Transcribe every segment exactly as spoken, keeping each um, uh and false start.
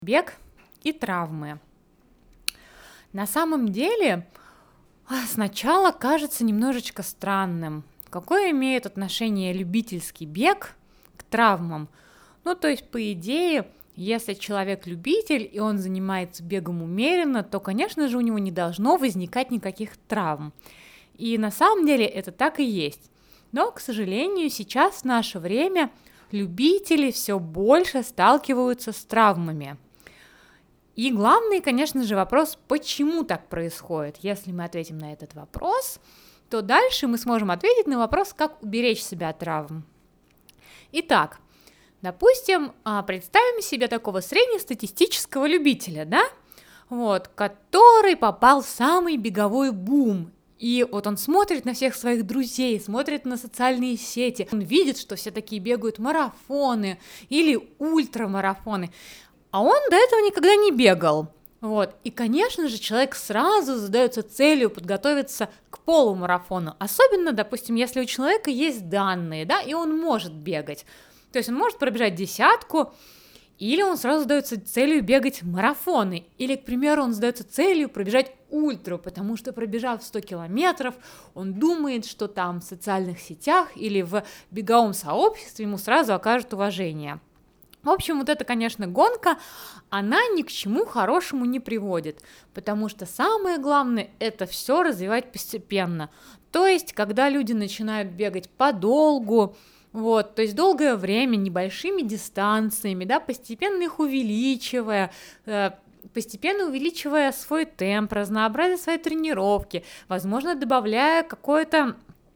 Бег и травмы. На самом деле, сначала кажется немножечко странным, какое имеет отношение любительский бег к травмам. Ну, то есть, по идее, если человек любитель и он занимается бегом умеренно, то, конечно же, у него не должно возникать никаких травм. И на самом деле это так и есть. Но, к сожалению, сейчас в наше время любители все больше сталкиваются с травмами. И главный, конечно же, вопрос, почему так происходит. Если мы ответим на этот вопрос, то дальше мы сможем ответить на вопрос, как уберечь себя от травм. Итак, допустим, представим себе такого среднестатистического любителя, да, вот, который попал в самый беговой бум. И вот он смотрит на всех своих друзей, смотрит на социальные сети, он видит, что все такие бегают марафоны или ультрамарафоны, а он до этого никогда не бегал. Вот. И, конечно же, человек сразу задается целью подготовиться к полумарафону, особенно, допустим, если у человека есть данные, да, и он может бегать. То есть он может пробежать десятку, или он сразу задается целью бегать марафоны, или, к примеру, он задается целью пробежать ультру, потому что, пробежав сто километров, он думает, что там в социальных сетях или в беговом сообществе ему сразу окажут уважение. В общем, вот эта, конечно, гонка, она ни к чему хорошему не приводит, потому что самое главное – это все развивать постепенно. То есть, когда люди начинают бегать подолгу, вот, то есть долгое время, небольшими дистанциями, да, постепенно их увеличивая, э, постепенно увеличивая свой темп, разнообразие своей тренировки, возможно, добавляя какое-то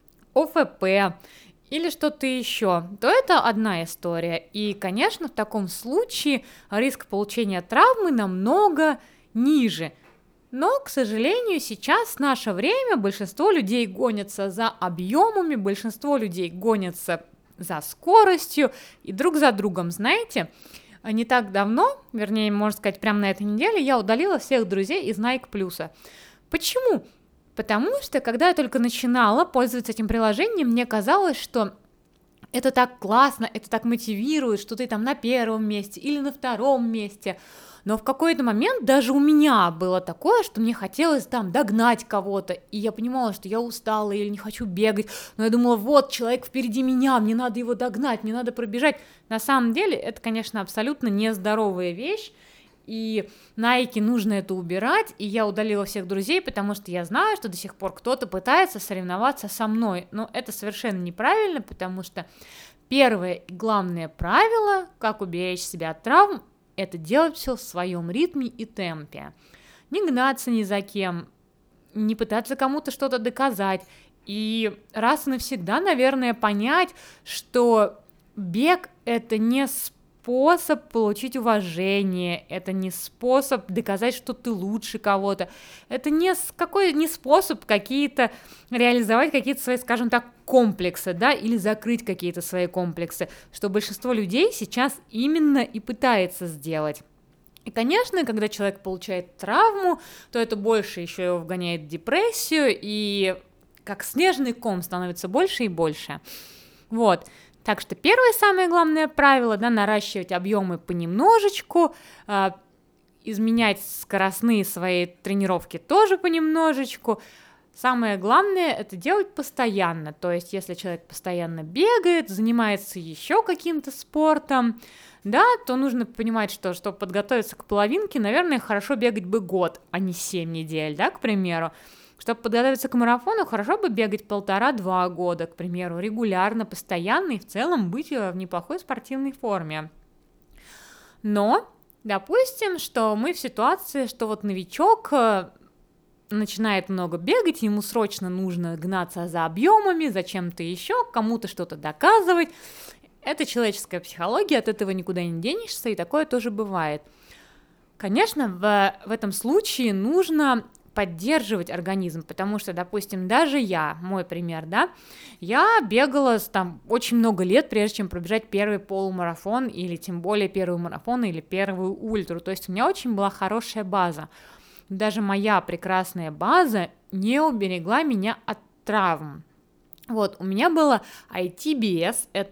о эф пэ, или что-то еще, то это одна история. И, конечно, в таком случае риск получения травмы намного ниже. Но, к сожалению, сейчас в наше время большинство людей гонятся за объемами, большинство людей гонятся за скоростью и друг за другом. Знаете, не так давно, вернее, можно сказать, прямо на этой неделе, я удалила всех друзей из Nike Plus. Почему? Потому что, когда я только начинала пользоваться этим приложением, мне казалось, что это так классно, это так мотивирует, что ты там на первом месте или на втором месте. Но в какой-то момент даже у меня было такое, что мне хотелось там догнать кого-то, и я понимала, что я устала или не хочу бегать, но я думала, вот, человек впереди меня, мне надо его догнать, мне надо пробежать. На самом деле, это, конечно, абсолютно нездоровая вещь, и Nike нужно это убирать, и я удалила всех друзей, потому что я знаю, что до сих пор кто-то пытается соревноваться со мной, но это совершенно неправильно, потому что первое и главное правило, как уберечь себя от травм, это делать все в своем ритме и темпе, не гнаться ни за кем, не пытаться кому-то что-то доказать, и раз и навсегда, наверное, понять, что бег – это не спорт, способ получить уважение, это не способ доказать, что ты лучше кого-то, это не, какой, не способ какие-то реализовать какие-то свои, скажем так, комплексы, да, или закрыть какие-то свои комплексы, что большинство людей сейчас именно и пытается сделать. И, конечно, когда человек получает травму, то это больше еще его вгоняет в депрессию, и как снежный ком становится больше и больше. Вот. Так что первое самое главное правило, да, наращивать объемы понемножечку, э, изменять скоростные свои тренировки тоже понемножечку. Самое главное это делать постоянно, то есть если человек постоянно бегает, занимается еще каким-то спортом, да, то нужно понимать, что чтобы подготовиться к половинке, наверное, хорошо бегать бы год, а не семь недель, да, к примеру. Чтобы подготовиться к марафону, хорошо бы бегать полтора-два года, к примеру, регулярно, постоянно и в целом быть в неплохой спортивной форме. Но, допустим, что мы в ситуации, что вот новичок начинает много бегать, ему срочно нужно гнаться за объемами, за чем-то еще, кому-то что-то доказывать. Это человеческая психология, от этого никуда не денешься, и такое тоже бывает. Конечно, в, в этом случае нужно поддерживать организм, потому что, допустим, даже я, мой пример, да, я бегала там очень много лет, прежде чем пробежать первый полумарафон, или тем более первый марафон, или первую ультру, то есть у меня очень была хорошая база. Даже моя прекрасная база не уберегла меня от травм. Вот, у меня было ай ти би эс, это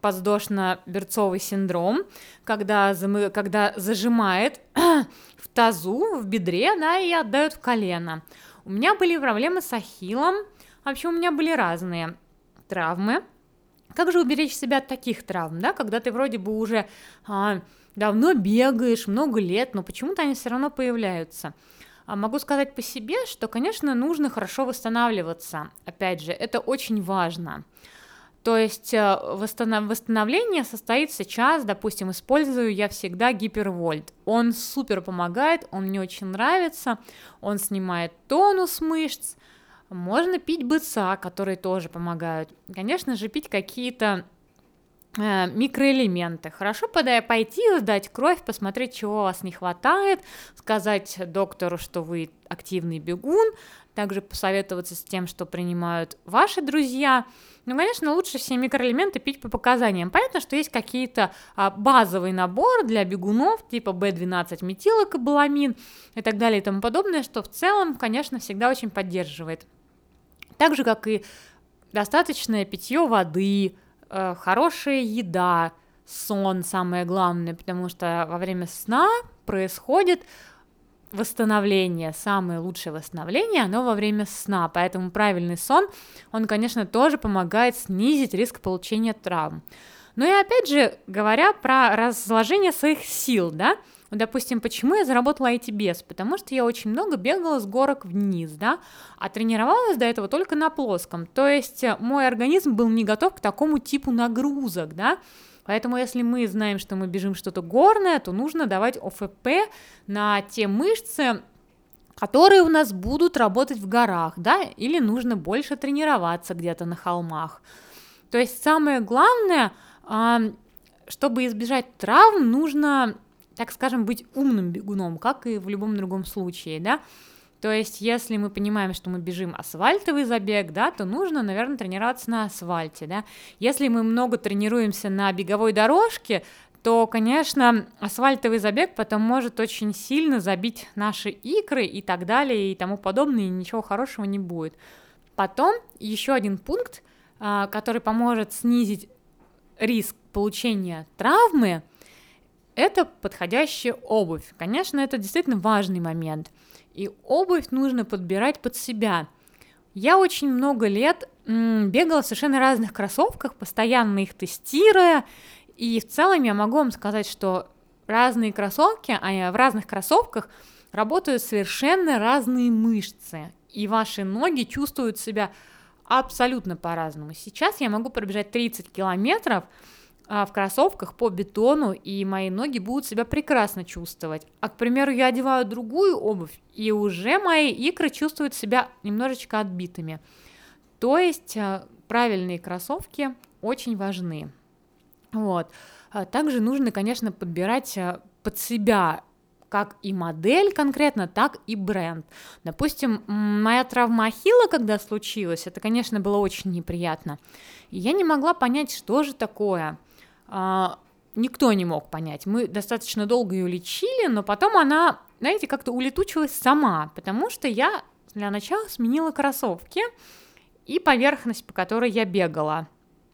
подвздошно-берцовый синдром, когда, замы... когда зажимает в тазу, в бедре, да, и отдает в колено. У меня были проблемы с ахиллом, вообще у меня были разные травмы. Как же уберечь себя от таких травм, да, когда ты вроде бы уже а, давно бегаешь, много лет, но почему-то они все равно появляются. А могу сказать по себе, что, конечно, нужно хорошо восстанавливаться. Опять же, это очень важно. То есть восстанов... восстановление состоит сейчас, допустим, использую я всегда Гипервольт. Он супер помогает, он мне очень нравится, он снимает тонус мышц. Можно пить БЦА, которые тоже помогают. Конечно же, пить какие-то э, микроэлементы. Хорошо пойти, сдать кровь, посмотреть, чего у вас не хватает, сказать доктору, что вы активный бегун, также посоветоваться с тем, что принимают ваши друзья. Ну, конечно, лучше все микроэлементы пить по показаниям. Понятно, что есть какие-то а, базовый набор для бегунов, типа бэ двенадцать метилокобаламин и так далее и тому подобное, что в целом, конечно, всегда очень поддерживает. Так же, как и достаточное питье воды, э, хорошая еда, сон самое главное, потому что во время сна происходит восстановление, самое лучшее восстановление, оно во время сна, поэтому правильный сон, он, конечно, тоже помогает снизить риск получения травм. Ну и опять же, говоря про разложение своих сил, да, вот, допустим, почему я заработала ай ти би эс? Потому что я очень много бегала с горок вниз, да, а тренировалась до этого только на плоском, то есть мой организм был не готов к такому типу нагрузок, да, поэтому если мы знаем, что мы бежим что-то горное, то нужно давать о эф пэ на те мышцы, которые у нас будут работать в горах, да, или нужно больше тренироваться где-то на холмах. То есть самое главное, чтобы избежать травм, нужно, так скажем, быть умным бегуном, как и в любом другом случае, да. То есть, если мы понимаем, что мы бежим асфальтовый забег, да, то нужно, наверное, тренироваться на асфальте, да. Если мы много тренируемся на беговой дорожке, то, конечно, асфальтовый забег потом может очень сильно забить наши икры и так далее и тому подобное, и ничего хорошего не будет. Потом еще один пункт, который поможет снизить риск получения травмы, это подходящая обувь. Конечно, это действительно важный момент. И обувь нужно подбирать под себя. Я очень много лет м, бегала в совершенно разных кроссовках, постоянно их тестируя. И в целом я могу вам сказать, что разные кроссовки, а в разных кроссовках работают совершенно разные мышцы. И ваши ноги чувствуют себя абсолютно по-разному. Сейчас я могу пробежать тридцать километров в кроссовках по бетону, и мои ноги будут себя прекрасно чувствовать. А, к примеру, я одеваю другую обувь, и уже мои икры чувствуют себя немножечко отбитыми. То есть правильные кроссовки очень важны. Вот. Также нужно, конечно, подбирать под себя как и модель конкретно, так и бренд. Допустим, моя травма ахилла, когда случилась, это, конечно, было очень неприятно. И я не могла понять, что же такое. А, никто не мог понять. Мы достаточно долго ее лечили, но потом она, знаете, как-то улетучилась сама, потому что я для начала сменила кроссовки и поверхность, по которой я бегала.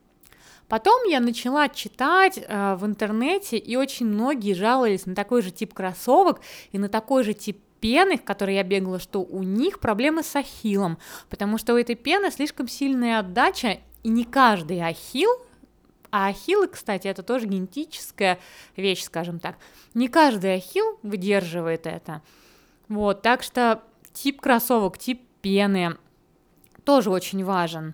Потом я начала читать э, в интернете, и очень многие жаловались на такой же тип кроссовок и на такой же тип пены, в которой я бегала, что у них проблемы с ахиллом, потому что у этой пены слишком сильная отдача, и не каждый ахилл, а ахиллы, кстати, это тоже генетическая вещь, скажем так, не каждый ахилл выдерживает это. Вот, так что тип кроссовок, тип пены тоже очень важен.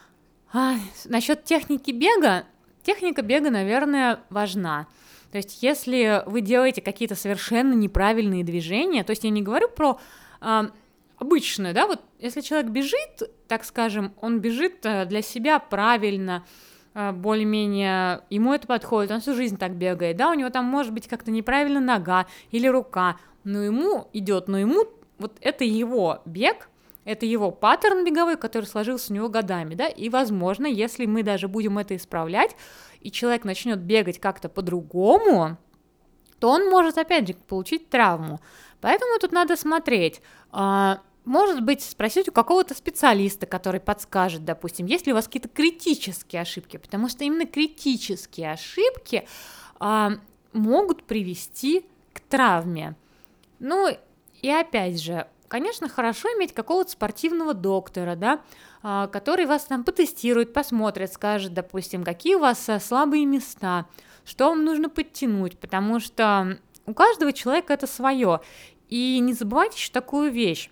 А, насчет техники бега, техника бега, наверное, важна. То есть, если вы делаете какие-то совершенно неправильные движения, то есть я не говорю про а, обычную, да, вот если человек бежит, так скажем, он бежит для себя правильно, а, более-менее ему это подходит, он всю жизнь так бегает, да, у него там может быть как-то неправильно нога или рука, но ему идет, но ему вот это его бег. Это его паттерн беговой, который сложился у него годами, да, и, возможно, если мы даже будем это исправлять, и человек начнет бегать как-то по-другому, то он может, опять же, получить травму. Поэтому тут надо смотреть, Может быть, спросить у какого-то специалиста, который подскажет, допустим, есть ли у вас какие-то критические ошибки, потому что именно критические ошибки а, могут привести к травме. Ну и опять же, конечно, хорошо иметь какого-то спортивного доктора, да, а, который вас там потестирует, посмотрит, скажет, допустим, какие у вас а, слабые места, что вам нужно подтянуть, потому что у каждого человека это свое. И не забывайте еще такую вещь.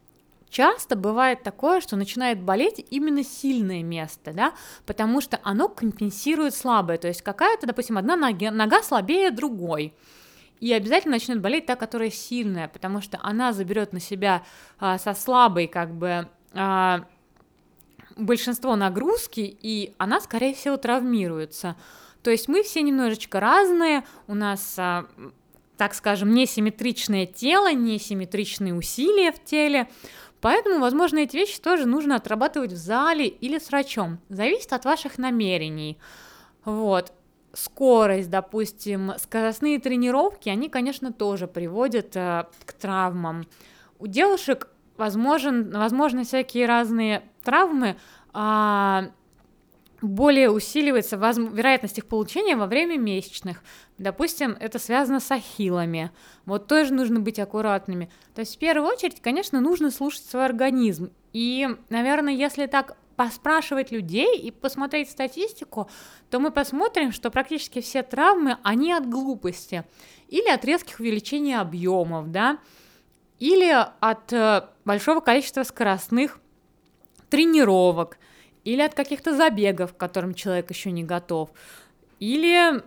Часто бывает такое, что начинает болеть именно сильное место, да, потому что оно компенсирует слабое, то есть какая-то, допустим, одна нога, нога слабее другой, и обязательно начнет болеть та, которая сильная, потому что она заберет на себя а, со слабой, как бы, а, большинство нагрузки, и она, скорее всего, травмируется. То есть мы все немножечко разные, у нас, а, так скажем, несимметричное тело, несимметричные усилия в теле. Поэтому, возможно, эти вещи тоже нужно отрабатывать в зале или с врачом. Зависит от ваших намерений. Вот. Скорость, допустим, скоростные тренировки, они, конечно, тоже приводят э, к травмам. У девушек возможен, возможны всякие разные травмы, а, более усиливается воз... вероятность их получения во время месячных. Допустим, это связано с ахиллами. Вот тоже нужно быть аккуратными. То есть в первую очередь, конечно, нужно слушать свой организм. И, наверное, если так поспрашивать людей и посмотреть статистику, то мы посмотрим, что практически все травмы, они от глупости. Или от резких увеличений объемов, да, или от э, большого количества скоростных тренировок, или от каких-то забегов, к которым человек еще не готов, или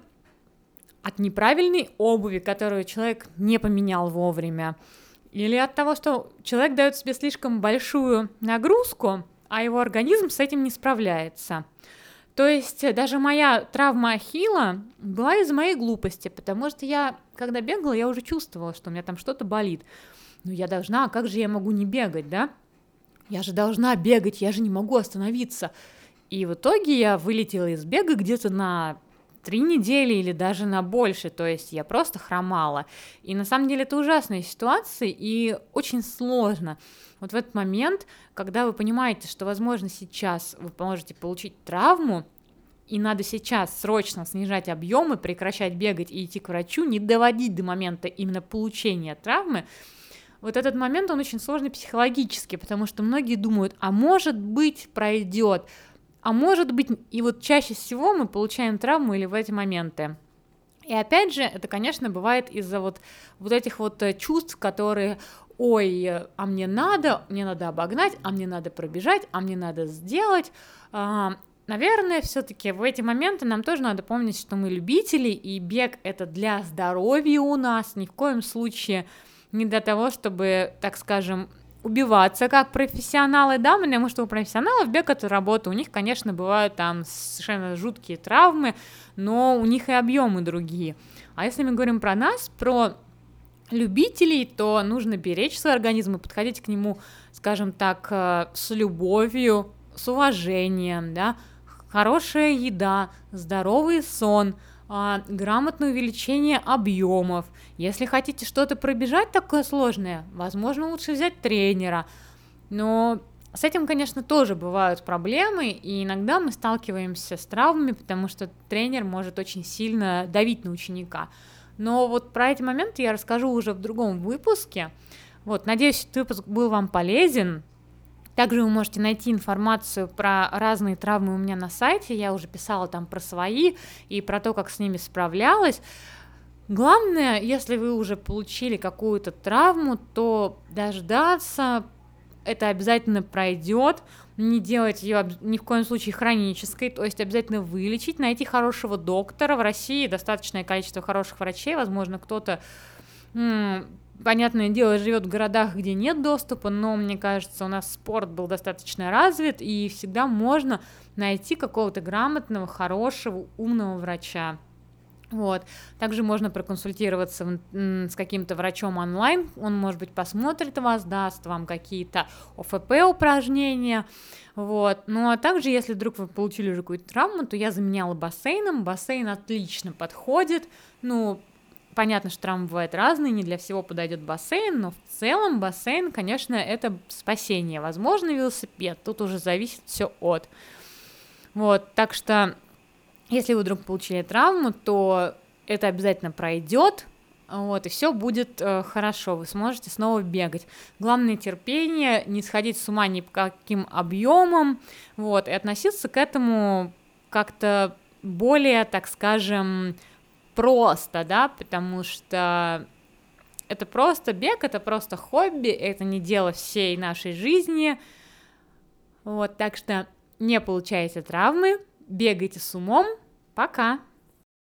от неправильной обуви, которую человек не поменял вовремя, или от того, что человек дает себе слишком большую нагрузку, а его организм с этим не справляется. То есть даже моя травма ахилла была из-за моей глупости, потому что я, когда бегала, я уже чувствовала, что у меня там что-то болит. Ну я должна, а как же я могу не бегать, да? Я же должна бегать, я же не могу остановиться. И в итоге я вылетела из бега где-то на три недели или даже на больше, то есть я просто хромала. И на самом деле это ужасная ситуация и очень сложно. Вот в этот момент, когда вы понимаете, что, возможно, сейчас вы можете получить травму, и надо сейчас срочно снижать объемы, прекращать бегать и идти к врачу, не доводить до момента именно получения травмы, вот этот момент, он очень сложный психологически, потому что многие думают, а может быть пройдет, а может быть, и вот чаще всего мы получаем травму или в эти моменты. И опять же, это, конечно, бывает из-за вот, вот этих вот чувств, которые, ой, а мне надо, мне надо обогнать, а мне надо пробежать, а мне надо сделать. Наверное, все-таки в эти моменты нам тоже надо помнить, что мы любители, и бег — это для здоровья у нас, ни в коем случае не для того, чтобы, так скажем, убиваться как профессионалы, да, потому что у профессионалов бег — это работа, у них, конечно, бывают там совершенно жуткие травмы, но у них и объемы другие. А если мы говорим про нас, про любителей, то нужно беречь свой организм и подходить к нему, скажем так, с любовью, с уважением, да, хорошая еда, здоровый сон, грамотное увеличение объемов. Если хотите что-то пробежать такое сложное, возможно, лучше взять тренера. Но с этим, конечно, тоже бывают проблемы, и иногда мы сталкиваемся с травмами, потому что тренер может очень сильно давить на ученика. Но вот про эти моменты я расскажу уже в другом выпуске. Вот, надеюсь, этот выпуск был вам полезен. Также вы можете найти информацию про разные травмы у меня на сайте, я уже писала там про свои и про то, как с ними справлялась. Главное, если вы уже получили какую-то травму, то дождаться, это обязательно пройдет, не делать ее ни в коем случае хронической, то есть обязательно вылечить, найти хорошего доктора. В России достаточное количество хороших врачей, возможно, кто-то... М- Понятное дело, живет в городах, где нет доступа, но, мне кажется, у нас спорт был достаточно развит, и всегда можно найти какого-то грамотного, хорошего, умного врача. Вот. Также можно проконсультироваться с каким-то врачом онлайн, он, может быть, посмотрит вас, даст вам какие-то о эф пэ упражнения. Вот. Ну, а также, если вдруг вы получили уже какую-то травму, то я заменяла бассейном, бассейн отлично подходит, ну, Понятно, что травмы бывают разные, не для всего подойдет бассейн, но в целом бассейн, конечно, это спасение. Возможно, велосипед, тут уже зависит все от. Вот, так что, если вы вдруг получили травму, то это обязательно пройдет, вот, и все будет э, хорошо, вы сможете снова бегать. Главное терпение, не сходить с ума ни по каким объемам, вот, и относиться к этому как-то более, так скажем, просто, да, потому что это просто бег, это просто хобби, это не дело всей нашей жизни, вот, так что не получайте травмы, бегайте с умом, пока!